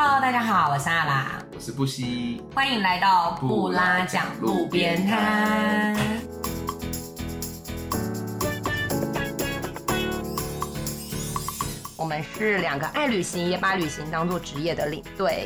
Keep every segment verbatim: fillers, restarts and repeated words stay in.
Hello， 大家好，我是阿拉， 我是布希， 欢迎来到布拉讲路边摊。我们是两个爱旅行也把旅行当作职业的领队。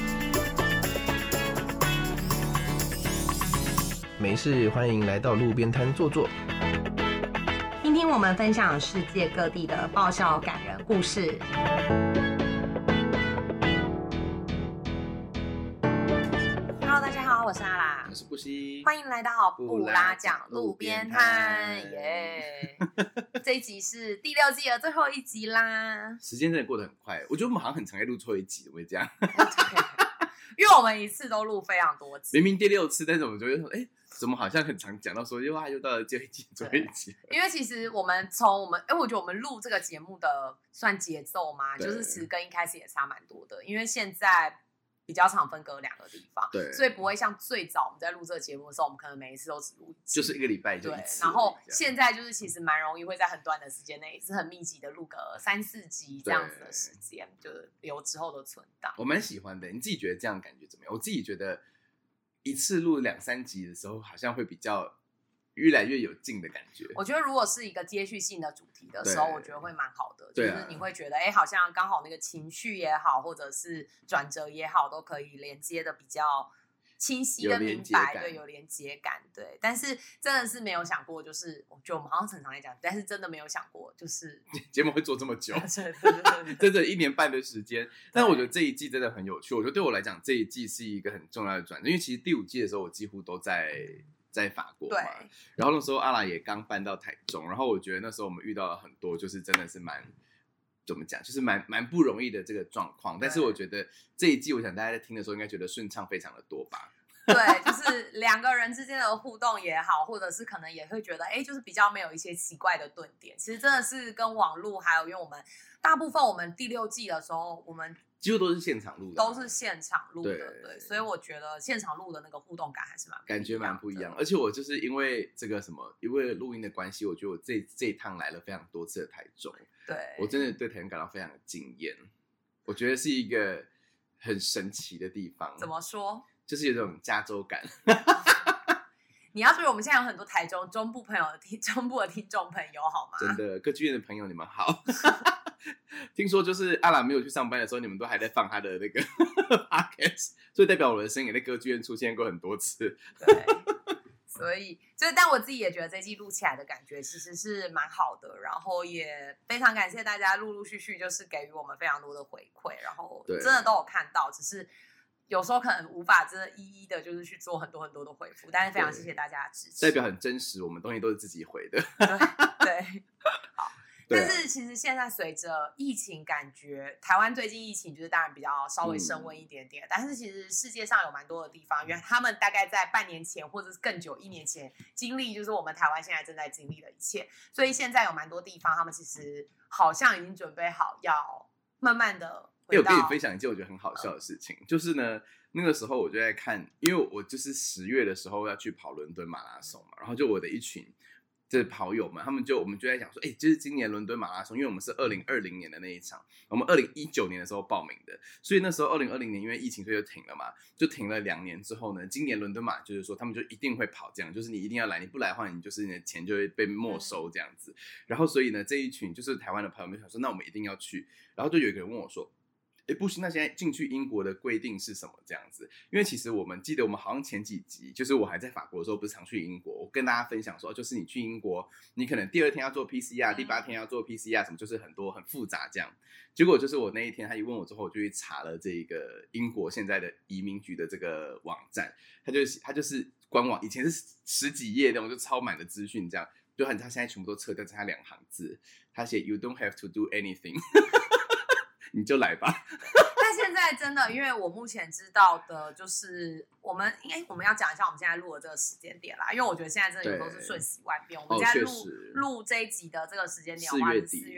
没事，欢迎来到路边摊坐坐， 听听我们分享世界各地的爆笑感人故事。Hello， 大家好，我是阿拉， 我是布希， 欢迎来到布拉讲路边摊，耶！ Yeah 这一集是第六季的最后一集啦， 时间真的过得很快，我觉得我们好像很常在录错一集，会不会这样？ 因为我们一次都录非常多集， 明明第六次，但是我们就会说，哎、欸，怎么好像很常讲到说，哇，又到了最后一集，最后一集。 因为其实我们从我们，哎，我觉得我们录这个节目的算节奏嘛，就是其实跟一开始也差蛮多的，因为现在比较常分隔两个地方， 对， 所以不会像最早我们在录这个节目的时候，我们可能每一次都只录一集， 就是一个礼拜就一次。 然后现在就是其实蛮容易会在很短的时间内，是很密集的录个三四集这样子的时间，就是留之后的存档。 我蛮喜欢的，你自己觉得这样感觉怎么样？我自己觉得一次录两三集的时候，好像会比较越来越有劲的感觉。 我觉得如果是一个接续性的主题的时候，我觉得会蛮好的，就是你会觉得，哎、欸，好像刚好那个情绪也好，或者是转折也好，都可以连接的比较清晰跟明白，对，有连接感，对。但是真的是没有想过，就是我觉得我们好像常常在讲，但是真的没有想过，就是节目会做这么久， 对对对， 整整一年半的时间。但我觉得这一季真的很有趣，我觉得对我来讲，这一季是一个很重要的转折，因为其实第五季的时候，我几乎都在。在法国嘛，然后那时候阿拉也刚搬到台中，然后我觉得那时候我们遇到了很多，就是真的是蛮怎么讲，就是蛮蛮不容易的这个状况。但是我觉得这一季，我想大家在听的时候应该觉得顺畅非常的多吧。 对，就是两个人之间的互动也好，或者是可能也会觉得，哎，就是比较没有一些奇怪的顿点。其实真的是跟网络，还有因为我们大部分我们第六季的时候，我们几乎都是现场录的， 都是现场录的， 对， 对，所以我觉得现场录的那个互动感还是蛮感觉蛮不一样。而且我就是因为这个什么，因为录音的关系，我觉得我这这一趟来了非常多次的台中， 对， 我真的对台中感到非常的惊艳。我觉得是一个很神奇的地方。 怎么说？ 就是有种加州感。 你要注意，我们现在有很多台中中部朋友的听中部的听众朋友，好吗？ 真的，歌剧院的朋友你们好。听说就是阿拉没有去上班的时候，你们都还在放他的那个 podcast， 所以代表我的声音也在歌剧院出现过很多次。 对，所以就但我自己也觉得这季录起来的感觉其实是蛮好的，然后也非常感谢大家陆陆续续就是给予我们非常多的回馈，然后真的都有看到，只是有时候可能无法真的一一的就是去做很多很多的回复，但是非常谢谢大家的支持， 代表很真实，我们东西都是自己回的。 对对，好。但是其实现在随着疫情，感觉台湾最近疫情就是当然比较稍微升温一点点，嗯、但是其实世界上有蛮多的地方，因为他们大概在半年前或者是更久一年前经历，就是我们台湾现在正在经历的一切，所以现在有蛮多地方，他们其实好像已经准备好要慢慢的回到。 欸、我跟你分享一件我觉得很好笑的事情，嗯、就是呢，那个时候我就在看，因为我就是十月的时候要去跑伦敦马拉松嘛，然后就我的一群。这跑友们，他们就我们就在讲说，哎、欸，就是今年伦敦马拉松，因为我们是二零二零年的那一场，我们二零一九年的时候报名的，所以那时候二零二零年因为疫情所以就停了嘛，就停了两年之后呢，今年伦敦马就是说他们就一定会跑，这样就是你一定要来，你不来的话，你就是你的钱就会被没收这样子。然后所以呢，这一群就是台湾的朋友们想说，那我们一定要去，然后就有一个人问我说。哎，不行，那现在进去英国的规定是什么？这样子，因为其实我们记得我们好像前几集，就是我还在法国的时候，不是常去英国，我跟大家分享说，就是你去英国，你可能第二天要做 P C R， 第八天要做 P C R， 什么就是很多很复杂这样。结果就是我那一天他一问我之后，我就去查了这个英国现在的移民局的这个网站，他就是他就是官网，以前是十几页那种就超满的资讯，这样就很他现在全部都撤掉，只差两行字，他写 You don't have to do anything。你就来吧。 但现在真的，因为我目前知道的就是我们应该我们要讲一下我们现在录的这个时间点啦，因为我觉得现在真的有时候是瞬息万变。我们现在录录这一集的这个时间点的话是四月底，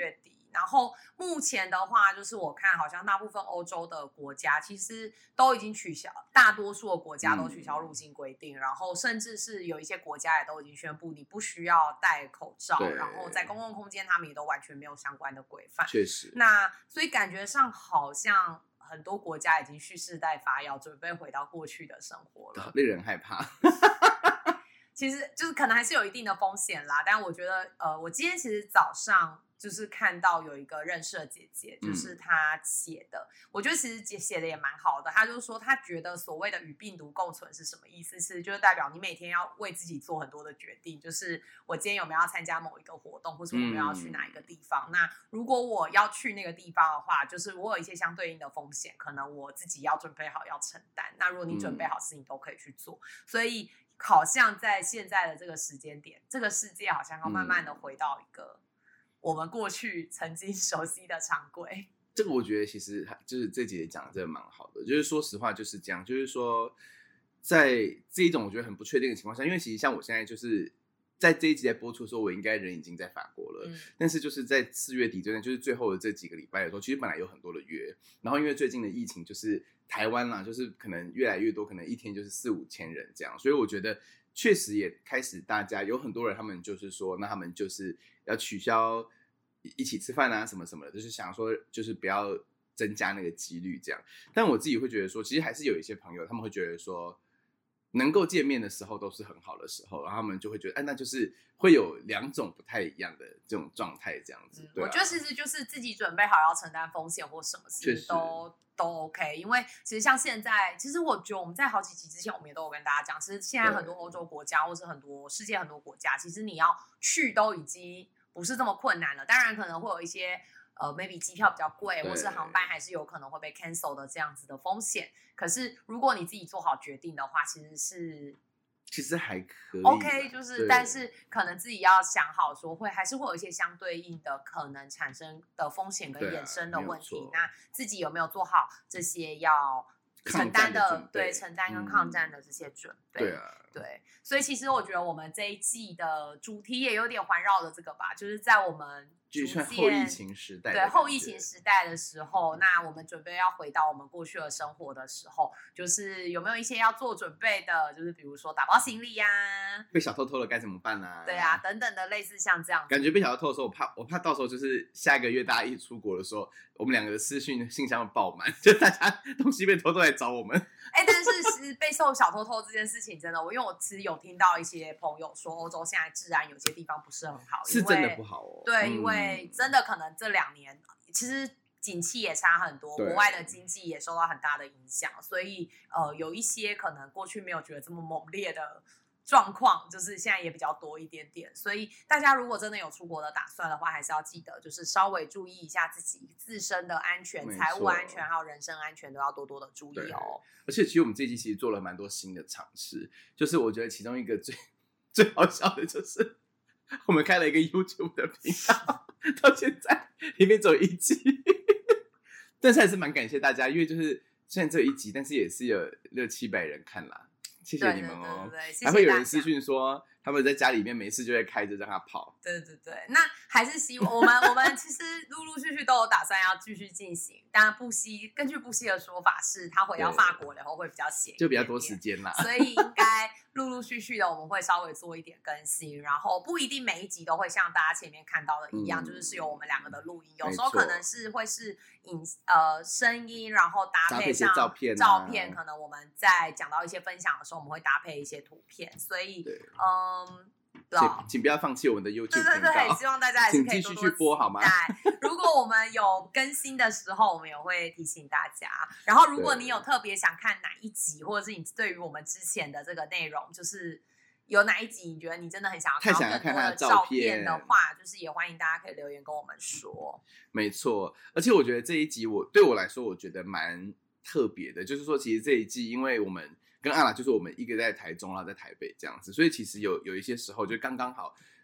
然后目前的话，就是我看好像大部分欧洲的国家其实都已经取消，大多数的国家都取消入境规定，嗯、然后甚至是有一些国家也都已经宣布你不需要戴口罩，然后在公共空间他们也都完全没有相关的规范。 确实， 那所以感觉上好像很多国家已经蓄势待发，要准备回到过去的生活了， 令人害怕。 其实就是可能还是有一定的风险啦，但我觉得，呃，我今天其实早上就是看到有一个认识的姐姐，就是她写的，嗯、我觉得其实姐写的也蛮好的。她就说，她觉得所谓的与病毒共存是什么意思？其实就是代表你每天要为自己做很多的决定，就是我今天有没有要参加某一个活动，或是我们要去哪一个地方。嗯、那如果我要去那个地方的话，就是我有一些相对应的风险，可能我自己要准备好要承担。那如果你准备好事情都可以去做，所以。好像在现在的这个时间点，这个世界好像要慢慢的回到一个我们过去曾经熟悉的常规。 这个我觉得其实就是这节讲的真的蛮好的，就是说实话就是这样，就是说在这一种我觉得很不确定的情况下，因为其实像我现在就是在这一集在播出的时候，我应该人已经在法国了，嗯、但是就是在四月底这段，就是最后的这几个礼拜的时候，其实本来有很多的约，然后因为最近的疫情就是台湾啦，就是可能越来越多，可能一天就是四五千人这样，所以我觉得确实也开始大家有很多人，他们就是说，那他们就是要取消一起吃饭啊什么什么的，就是想说就是不要增加那个几率这样。但我自己会觉得说，其实还是有一些朋友，他们会觉得说。能够见面的时候都是很好的时候，然后他们就会觉得，哎，那就是会有两种不太一样的这种状态，这样子。 嗯对啊、 我觉得其实就是自己准备好要承担风险或什么事都都 OK， 因为其实像现在，其实我觉得我们在好几集之前，我们也都有跟大家讲，其实现在很多欧洲国家或是很多世界很多国家，其实你要去都已经不是这么困难了。当然可能会有一些。呃 ，maybe 机票比较贵，或是航班还是有可能会被 cancel 的这样子的风险。可是如果你自己做好决定的话，其实是其实还可以 OK， 就是但是可能自己要想好说会还是会有一些相对应的可能产生的风险跟衍生的问题。啊、那自己有没有做好这些要承担的对承担跟抗战的这些准备？ 嗯、对啊。 对，所以其实我觉得我们这一季的主题也有点环绕的这个吧，就是在我们逐渐后疫情时代， 对后疫情时代的时候，那我们准备要回到我们过去的生活的时候，就是有没有一些要做准备的，就是比如说打包行李呀、啊， 被小偷偷了该怎么办啊？ 对啊，等等的类似像这样子。 感觉被小偷偷的时候，我怕我怕到时候就是下一个月大家一起出国的时候，我们两个的私讯信箱爆满，就大家东西被偷偷来找我们。 哎、欸，但是其实被受小偷偷这件事情真的，我因为我其实有听到一些朋友说，欧洲现在治安有些地方不是很好， 是真的不好哦。 对，嗯、因为真的可能这两年其实景气也差很多，国外的经济也受到很大的影响，所以呃，有一些可能过去没有觉得这么猛烈的状况，就是现在也比较多一点点。所以大家如果真的有出国的打算的话，还是要记得就是稍微注意一下自己自身的安全、财务安全还有人身安全都要多多的注意哦。 而且其实我们这一季其实做了蛮多新的尝试，就是我觉得其中一个最最好笑的就是我们开了一个 YouTube 的频道，到现在里面只有一集，但是还是蛮感谢大家，因为就是虽然只有一集，但是也是有六七百人看啦。谢谢你们哦！ 对对对对， 还会有人私讯说他们在家里面没事就会开着让他跑。 对对对，那还是希望我们我们其实陆陆续续都有打算要继续进行。当然布希根据布希的说法是，他回到法国以后会比较闲， 就比较多时间啦， 所以应该陆陆续续的我们会稍微做一点更新，然后不一定每一集都会像大家前面看到的一样，嗯、就是是有我们两个的录音，有时候可能是会是影呃声音，然后搭配上照片、啊， 照片可能我们在讲到一些分享的时候，我们会搭配一些图片，所以嗯。 请, 请不要放弃我们的 YouTube 频道， 对对对，希望大家还是可以多多期待。 请继续去播好吗？ 如果我们有更新的时候，我们也会提醒大家。然后，如果你有特别想看哪一集，或者是你对于我们之前的这个内容，就是有哪一集你觉得你真的很想要看到更多的照片的话，就是也欢迎大家可以留言跟我们说。 没错，而且我觉得这一集我对我来说，我觉得蛮特别的，就是说，其实这一季，因为我们跟阿拉就是我们一个在台中，然后在台北这样子，所以其实有有一些时候就刚刚好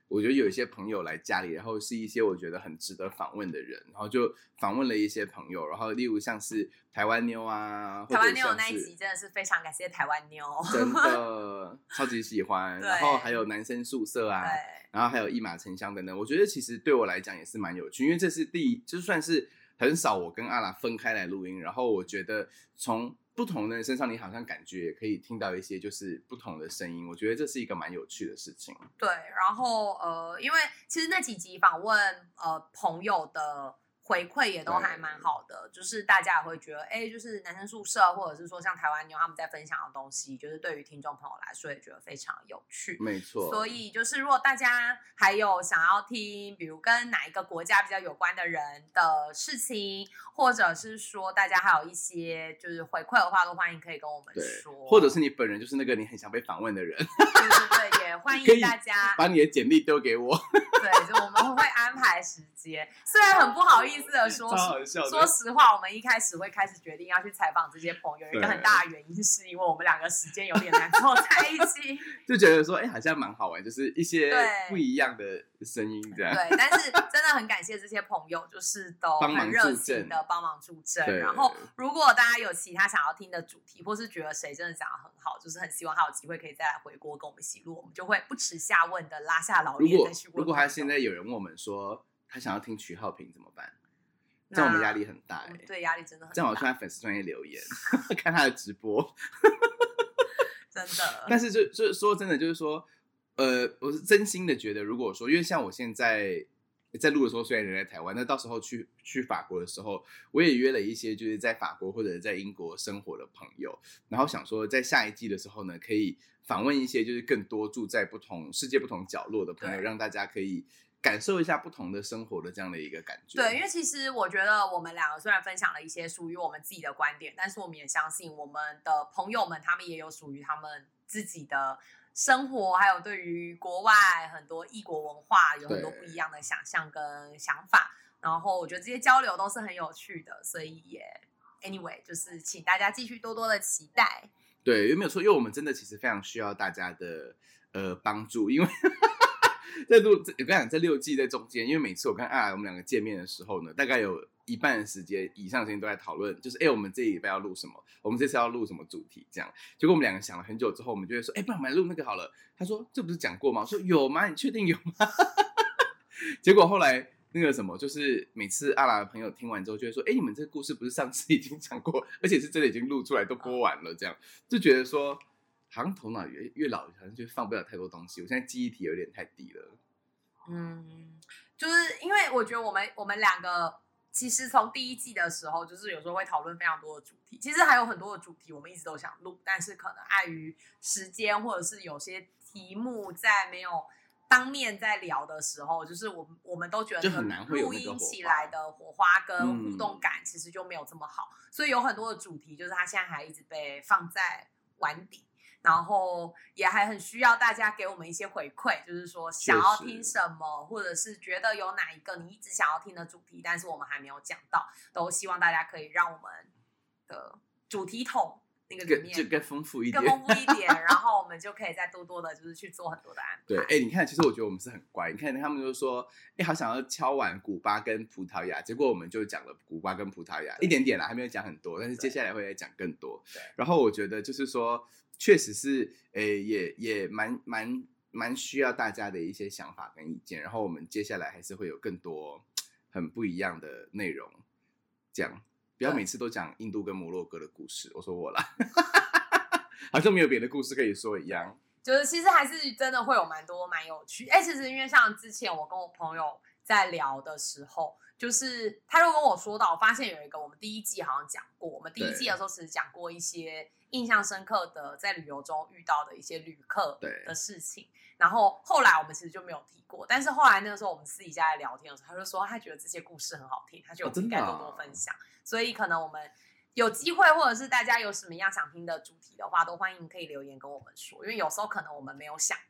我觉得有一些朋友来家里，然后是一些我觉得很值得访问的人，然后就访问了一些朋友，然后例如像是台湾妞啊， 台湾妞那一集真的是非常感谢台湾妞， 真的超级喜欢。然后还有男生宿舍啊，然后还有一马沉香等等，我觉得其实对我来讲也是蛮有趣，因为这是第一，就算是很少我跟阿拉分开来录音，然后我觉得从不同的人身上，你好像感觉也可以听到一些就是不同的声音，我觉得这是一个蛮有趣的事情。 对，然后呃，因为其实那几集访问呃朋友的回馈也都还蛮好的，就是大家也会觉得，哎，就是男生宿舍或者是说像台湾妞他们在分享的东西，就是对于听众朋友来说也觉得非常有趣。 没错。 所以就是如果大家还有想要听，比如跟哪一个国家比较有关的人的事情，或者是说大家还有一些就是回馈的话，都欢迎可以跟我们说。 或者是你本人就是那个你很想被访问的人， 对对对，也欢迎大家把你的简历丢给我。 对，就我们会安排时间。虽然很不好意思的说，说实话，我们一开始会开始决定要去采访这些朋友，有一个很大的原因是因为我们两个时间有点难凑在一起， 就觉得说，哎、欸，好像蛮好玩，就是一些不一样的声音这样。 对，但是真的很感谢这些朋友，就是都很热情的帮忙助阵。然后，如果大家有其他想要听的主题，或是觉得谁真的讲得很好，就是很希望他有机会可以再来回国跟我们一起录，我们就会不耻下问的拉下老脸再去问。 如果他现在有人问我们说他想要听曲浩平怎么办？这样我们压力很大哎、欸， 对，压力真的很大。 这样我去他粉丝专页留言，看他的直播， 真的。 但是就就说真的，就是说，呃，我是真心的觉得，如果说，因为像我现在在录的时候，虽然人在台湾，那到时候去去法国的时候，我也约了一些就是在法国或者在英国生活的朋友，然后想说在下一季的时候呢，可以访问一些就是更多住在不同世界不同角落的朋友，让大家可以感受一下不同的生活的这样的一个感觉。 对，因为其实我觉得我们两个虽然分享了一些属于我们自己的观点，但是我们也相信我们的朋友们他们也有属于他们自己的生活，还有对于国外很多异国文化有很多不一样的想象跟想法，然后我觉得这些交流都是很有趣的，所以也 anyway 就是请大家继续多多的期待。 对，有没有错？因为我们真的其实非常需要大家的呃帮助，因为在录，我跟你讲，在六季在中间，因为每次我跟阿来我们两个见面的时候呢，大概有一半的时间以上的时间都在讨论，就是哎、欸，我们这一礼拜要录什么，我们这次要录什么主题，这样。结果我们两个想了很久之后，我们就会说，哎、欸，不然我们来录那个好了。他说这不是讲过吗？我说有吗？你确定有吗？结果后来那个什么，就是每次阿拉的朋友听完之后就会说，哎、欸，你们这个故事不是上次已经讲过，而且是真的已经录出来都播完了，这样就觉得说。好像头脑越越老，好像就放不了太多东西。我现在记忆体有点太低了。 嗯，就是因为我觉得我们我们两个其实从第一季的时候，就是有时候会讨论非常多的主题。其实还有很多的主题我们一直都想录，但是可能碍于时间，或者是有些题目在没有当面在聊的时候，就是我们我们都觉得录音起来的火花跟互动感其实就没有这么好，嗯、所以有很多的主题就是它现在还一直被放在碗底。然后也还很需要大家给我们一些回馈，就是说想要听什么，或者是觉得有哪一个你一直想要听的主题，但是我们还没有讲到，都希望大家可以让我们的主题桶那个里面就更丰富一点， 更丰富一点，然后我们就可以再多多的，就是去做很多的安排。 对，哎，你看，其实我觉得我们是很乖。你看，他们就说，哎，好想要敲完古巴跟葡萄牙，结果我们就讲了古巴跟葡萄牙一点点啦，还没有讲很多，但是接下来会再讲更多。然后我觉得就是说。确实是，诶，也也蛮蛮蛮需要大家的一些想法跟意见，然后我们接下来还是会有更多很不一样的内容，这样不要每次都讲印度跟摩洛哥的故事。我说我啦，好像没有别的故事可以说一样。 就是其实还是真的会有蛮多蛮有趣。哎，其实因为像之前我跟我朋友在聊的时候。就是他就跟我说到，我发现有一个我们第一季好像讲过，我们第一季的时候其实讲过一些印象深刻的在旅游中遇到的一些旅客的事情，然后后来我们其实就没有提过，但是后来那个时候我们私底下在聊天的时候，他就说他觉得这些故事很好听，他觉得我们应该多多分享，哦啊、所以可能我们有机会或者是大家有什么样想听的主题的话，都欢迎可以留言跟我们说，因为有时候可能我们没有想到。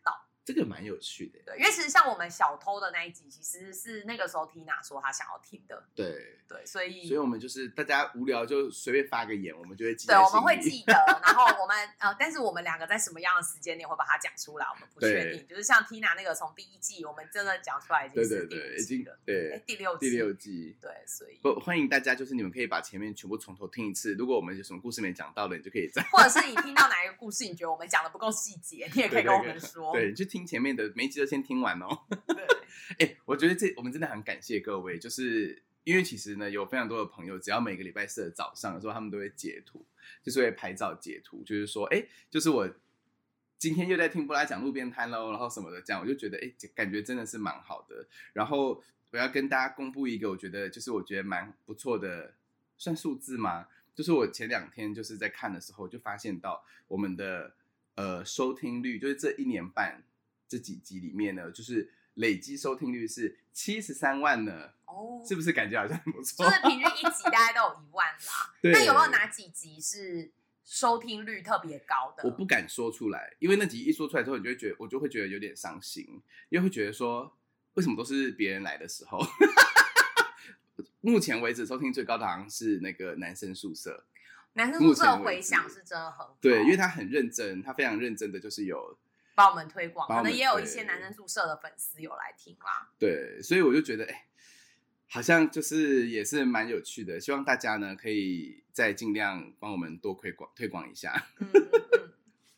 这个蛮有趣的。 对，因为其实像我们小偷的那一集，其实是那个时候 Tina 说她想要听的。 对对，所以所以我们就是大家无聊就随便发个言，我们就会记在对， 心里。 我们会记得，然后我们呃，但是我们两个在什么样的时间点会把它讲出来，我们不确定。就是像 Tina 那个从第一季，我们真的讲出来已经是第对对对， 五季了， 对， 第六季第六季。 对，所以不欢迎大家，就是你们可以把前面全部从头听一次。如果我们有什么故事没讲到的，你就可以在， 或者是你听到哪一个故事，你觉得我们讲的不够细节，你也可以跟我们说。 对，你就听前面的每一集都先听完哦。 对， 哎、欸，我觉得这我们真的很感谢各位，就是因为其实呢，有非常多的朋友，只要每个礼拜四的早上的时候，他们都会截图，就是会拍照截图，就是说，哎、欸，就是我今天又在听布拉讲路边摊喽，然后什么的，这样我就觉得，哎、欸，感觉真的是蛮好的。然后我要跟大家公布一个，我觉得就是我觉得蛮不错的，算数字吗？就是我前两天就是在看的时候，就发现到我们的呃收听率，就是这一年半这几集里面呢，就是累积收听率是七十三万呢。哦，是不是感觉好像很不错？ 就是平均一集大概都有一万啦。那有没有哪几集是收听率特别高的？ 我不敢说出来，因为那集一说出来之后，你就会觉得我就会觉得有点伤心，因为会觉得说为什么都是别人来的时候。目前为止收听最高的好像是那个男生宿舍， 男生宿舍的回响是真的很好。 对，因为他很认真，他非常认真的就是有帮我们推广，可能也有一些男生宿舍的粉丝有来听啦。 对，所以我就觉得，哎、欸，好像就是也是蛮有趣的。希望大家呢可以再尽量帮我们多推广推广一下。嗯嗯嗯。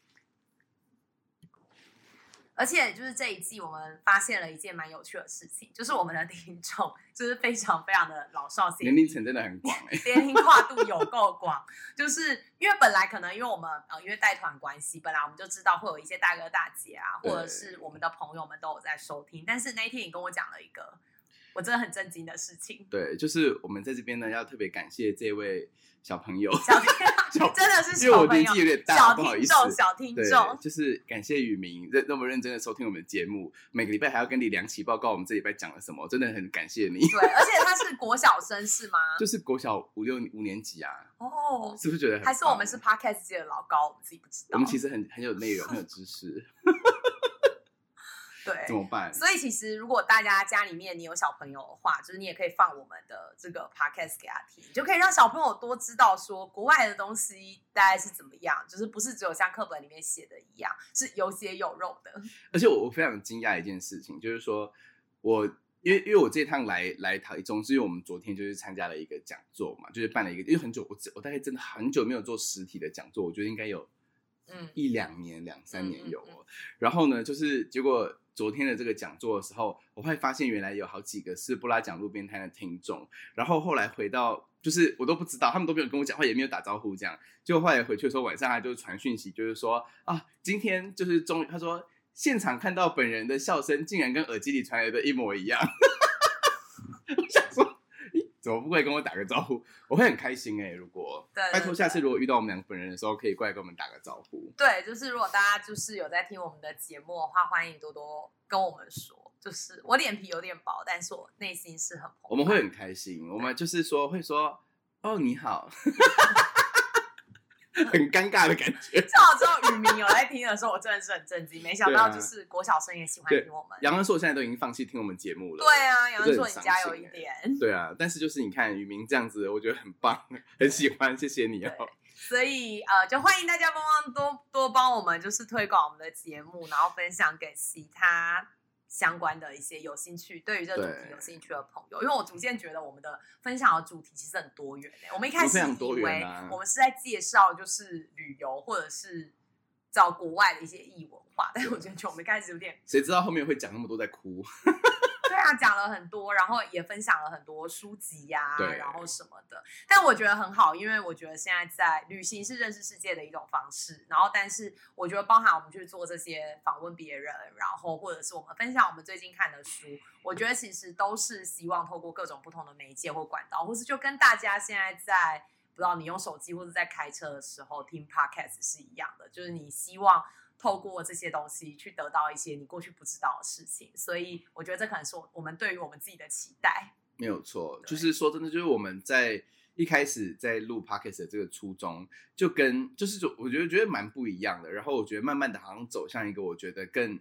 而且就是这一季，我们发现了一件蛮有趣的事情，就是我们的听众就是非常非常的老少咸宜， 年龄层真的很广哎、 欸，年龄跨度有够广。就是因为本来可能因为我们呃因为带团关系，本来我们就知道会有一些大哥大姐啊，或者是我们的朋友们都有在收听。但是那一天你跟我讲了一个我真的很震惊的事情。 对，就是我们在这边呢要特别感谢这位小朋友， 小真的是小朋友， 因为我年纪有点大，不好意思， 小听众， 就是感谢宇明认那么认真的收听我们的节目，每个礼拜还要跟你量期报告我们这礼拜讲了什么，真的很感谢你。 对，而且他是国小生是吗？ 就是国小五六五年级啊。哦，是不是觉得很棒？ 还是我们是 podcast 界的老高，我们自己不知道。 我们其实很很有内容，很有知识。 对， 怎么办？ 所以其实如果大家家里面你有小朋友的话，就是你也可以放我们的这个 podcast 给他听，就可以让小朋友多知道说国外的东西大概是怎么样，就是不是只有像课本里面写的一样，是有血有肉的。 而且我我非常惊讶一件事情，就是说我因为因为我这趟来来台中，是因为我们昨天就是参加了一个讲座嘛，就是办了一个，因为很久我我大概真的很久没有做实体的讲座，我觉得应该有嗯一两年两三年有、哦嗯嗯嗯、然后呢，就是结果。昨天的这个讲座的时候，我会发现原来有好几个是布拉讲路边摊的听众，然后后来回到就是我都不知道，他们都没有跟我讲话，也没有打招呼这样。结果后来回去的时候，晚上他就传讯息，就是说啊，今天就是终于，他说现场看到本人的笑声，竟然跟耳机里传来的一模一样。我想说，怎么不过来跟我打个招呼？我会很开心哎、欸！如果对对对拜托下次如果遇到我们两个本人的时候，可以过来跟我们打个招呼。 对，就是如果大家就是有在听我们的节目的话，欢迎多多跟我们说。就是我脸皮有点薄，但是我内心是很澎湃。 我们会很开心，我们就是说会说哦你好。很尴尬的感觉。 像我知道宇明有在听的时候，我真的是很震惊，没想到就是国小生也喜欢听我们。 杨恩硕现在都已经放弃听我们节目了。 对啊，杨恩硕你加油一点。 对啊，但是就是你看宇明这样子，我觉得很棒，很喜欢，谢谢你哦。 所以呃，就欢迎大家帮忙多多帮我们，就是推广我们的节目，然后分享给其他相关的一些有兴趣对于这个主题有兴趣的朋友，因为我逐渐觉得我们的分享的主题其实很多元、欸、我们一开始以为我们是在介绍就是旅游或者是找国外的一些异文化，但是我觉得我们一开始有点谁知道后面会讲那么多在哭。 对啊，讲了很多，然后也分享了很多书籍呀、啊，然后什么的。但我觉得很好，因为我觉得现在在旅行是认识世界的一种方式。然后，但是我觉得包含我们去做这些访问别人，然后或者是我们分享我们最近看的书，我觉得其实都是希望透过各种不同的媒介或管道，或是就跟大家现在在不知道你用手机或者在开车的时候听 podcast 是一样的，就是你希望透过这些东西去得到一些你过去不知道的事情，所以我觉得这可能是我们对于我们自己的期待。 没有错，就是说真的，就是我们在一开始在录 podcast 的这个初衷，就跟就是我觉得觉得蛮不一样的。然后我觉得慢慢的好像走向一个我觉得更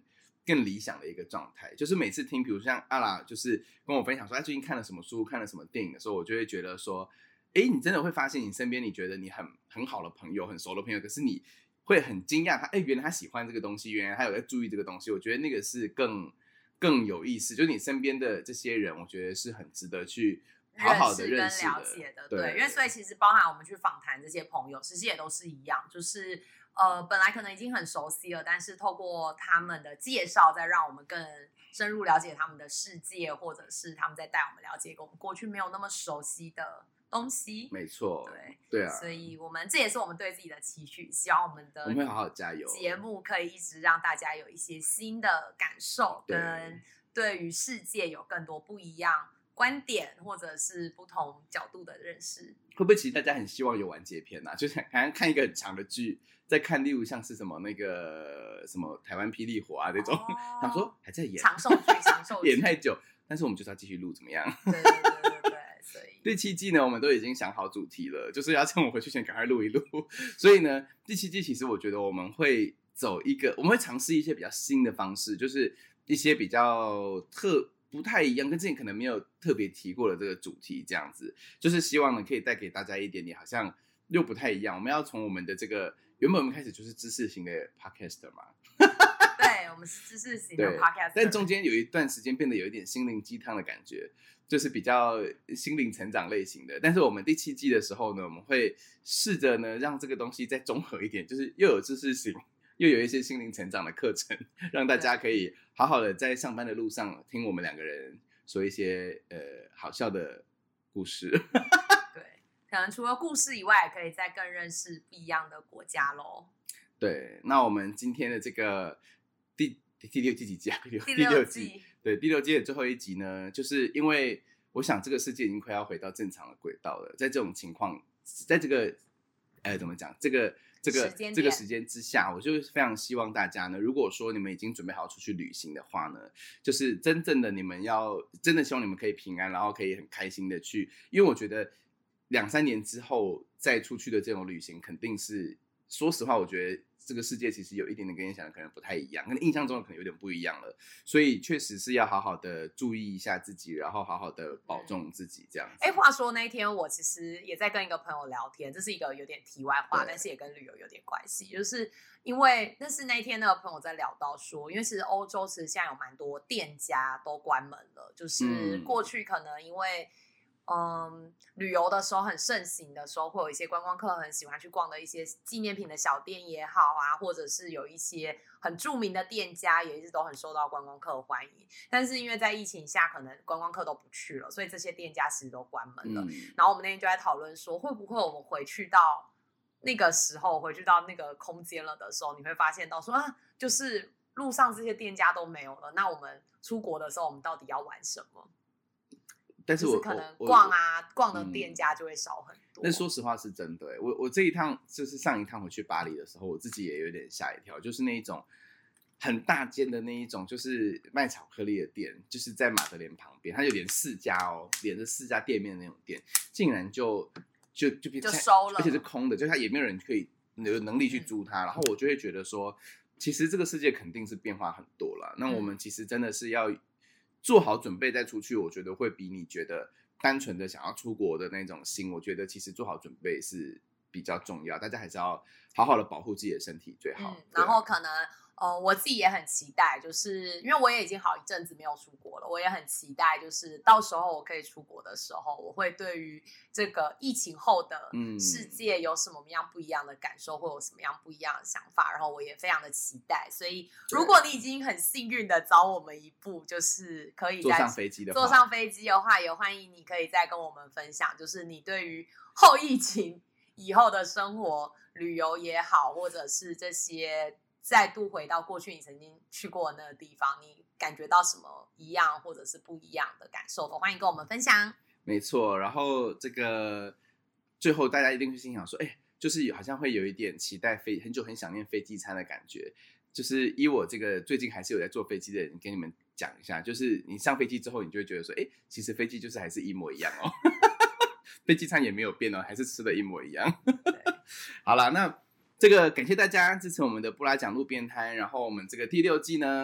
更理想的一个状态。就是每次听比如像阿拉就是跟我分享说他最近看了什么书看了什么电影的时候，我就会觉得说哎，你真的会发现你身边你觉得你很很好的朋友很熟的朋友，可是你会很惊讶他哎，原来他喜欢这个东西，原来他有在注意这个东西。我觉得那个是更更有意思，就是你身边的这些人我觉得是很值得去好好的认识跟了解的。 对, 对， 因为所以其实包含我们去访谈这些朋友其实也都是一样，就是呃，本来可能已经很熟悉了，但是透过他们的介绍再让我们更深入了解他们的世界，或者是他们在带我们了解一个我们过去没有那么熟悉的东西。 没错， 对对啊， 所以我们这也是我们对自己的期许，希望我们的我们会好好加油， 节目可以一直让大家有一些新的感受，跟对于世界有更多不一样观点或者是不同角度的认识。 会不会其实大家很希望有完结篇啊？就是好像看一个很长的剧，在看例如像是什么那个什么台湾霹雳火啊这种，他、哦、说还在演长寿剧，长寿剧演太久，但是我们就是要继续录，怎么样？ 对对对对对，所以第七季呢，我们都已经想好主题了，就是要趁我回去前赶快录一录。所以呢，第七季其实我觉得我们会走一个，我们会尝试一些比较新的方式，就是一些比较特。不太一样，跟之前可能没有特别提过的这个主题，这样子就是希望呢可以带给大家一点点好像又不太一样。我们要从我们的这个原本我们开始就是知识型的 podcaster 嘛， 对，我们是知识型的 podcaster， 但中间有一段时间变得有一点心灵鸡汤的感觉，就是比较心灵成长类型的。但是我们第七季的时候呢，我们会试着呢让这个东西再综合一点，就是又有知识型。又有一些心灵成长的课程，让大家可以好好的在上班的路上听我们两个人说一些呃好笑的故事。 对，可能除了故事以外，可以再更认识不一样的国家咯。 对，那我们今天的这个第第六季几集啊？第六第六季， 对，第六季的最后一集呢，就是因为我想这个世界已经快要回到正常的轨道了，在这种情况，在这个呃怎么讲这个。这个这个时间之下，我就非常希望大家呢，如果说你们已经准备好出去旅行的话呢，就是真正的你们要真的希望你们可以平安，然后可以很开心的去，因为我觉得两三年之后再出去的这种旅行，肯定是说实话，我觉得这个世界其实有一点点跟你想的可能不太一样，跟印象中的可能有点不一样了，所以确实是要好好的注意一下自己，然后好好的保重自己这样子。 哎，话说那一天我其实也在跟一个朋友聊天，这是一个有点题外话，但是也跟旅游有点关系，就是因为那是那一天那个朋友在聊到说，因为其实欧洲其实现在有蛮多店家都关门了，就是过去可能因为嗯，旅游的时候很盛行的时候，会有一些观光客很喜欢去逛的一些纪念品的小店也好啊，或者是有一些很著名的店家也一直都很受到观光客欢迎。但是因为在疫情下，可能观光客都不去了，所以这些店家其实都关门了。嗯、然后我们那天就在讨论说，会不会我们回去到那个时候，回去到那个空间了的时候，你会发现到说啊，就是路上这些店家都没有了，那我们出国的时候，我们到底要玩什么？ 但是我、 就是、可能逛啊逛的店家就会少很多。 但说实话是真的，我我这一趟就是上一趟回去巴黎的时候，我自己也有点吓一跳，就是那一种很大间的那一种，就是卖巧克力的店，就是在马德莲旁边，它有连四家哦，连着四家店面的那种店，竟然就就就就收了， 而且是空的，就它也没有人可以有能力去租它、嗯。然后我就会觉得说，其实这个世界肯定是变化很多了。那我们其实真的是要做好准备再出去，我觉得会比你觉得单纯的想要出国的那种心，我觉得其实做好准备是比较重要。大家还是要好好的保护自己的身体最好。 嗯、然后可能呃，我自己也很期待，就是因为我也已经好一阵子没有出国了，我也很期待，就是到时候我可以出国的时候，我会对于这个疫情后的世界有什么样不一样的感受，或有什么样不一样的想法，然后我也非常的期待。所以如果你已经很幸运的早我们一步，就是可以在坐上飞机的话， 坐上飞机的话，也欢迎你可以再跟我们分享，就是你对于后疫情以后的生活、旅游也好，或者是这些再度回到过去你曾经去过的那个地方，你感觉到什么一样或者是不一样的感受都欢迎跟我们分享。 没错，然后这个最后大家一定会心想说，哎，就是好像会有一点期待飞，很久很想念飞机餐的感觉。就是以我这个最近还是有在坐飞机的人跟你们讲一下，就是你上飞机之后，你就会觉得说，哎，其实飞机就是还是一模一样哦，飞机餐也没有变哦，还是吃的一模一样。好啦，那这个感谢大家支持我们的布拉讲路边摊，然后我们这个第六季呢，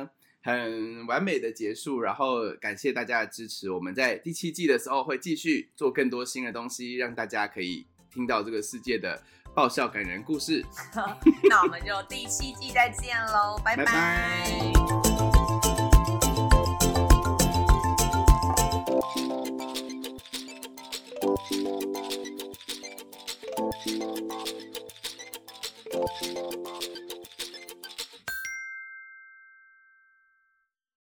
很完美的结束，然后感谢大家的支持。我们在第七季的时候会继续做更多新的东西，让大家可以听到这个世界的爆笑感人故事。 那我们就第七季再见喽，拜拜。 拜拜。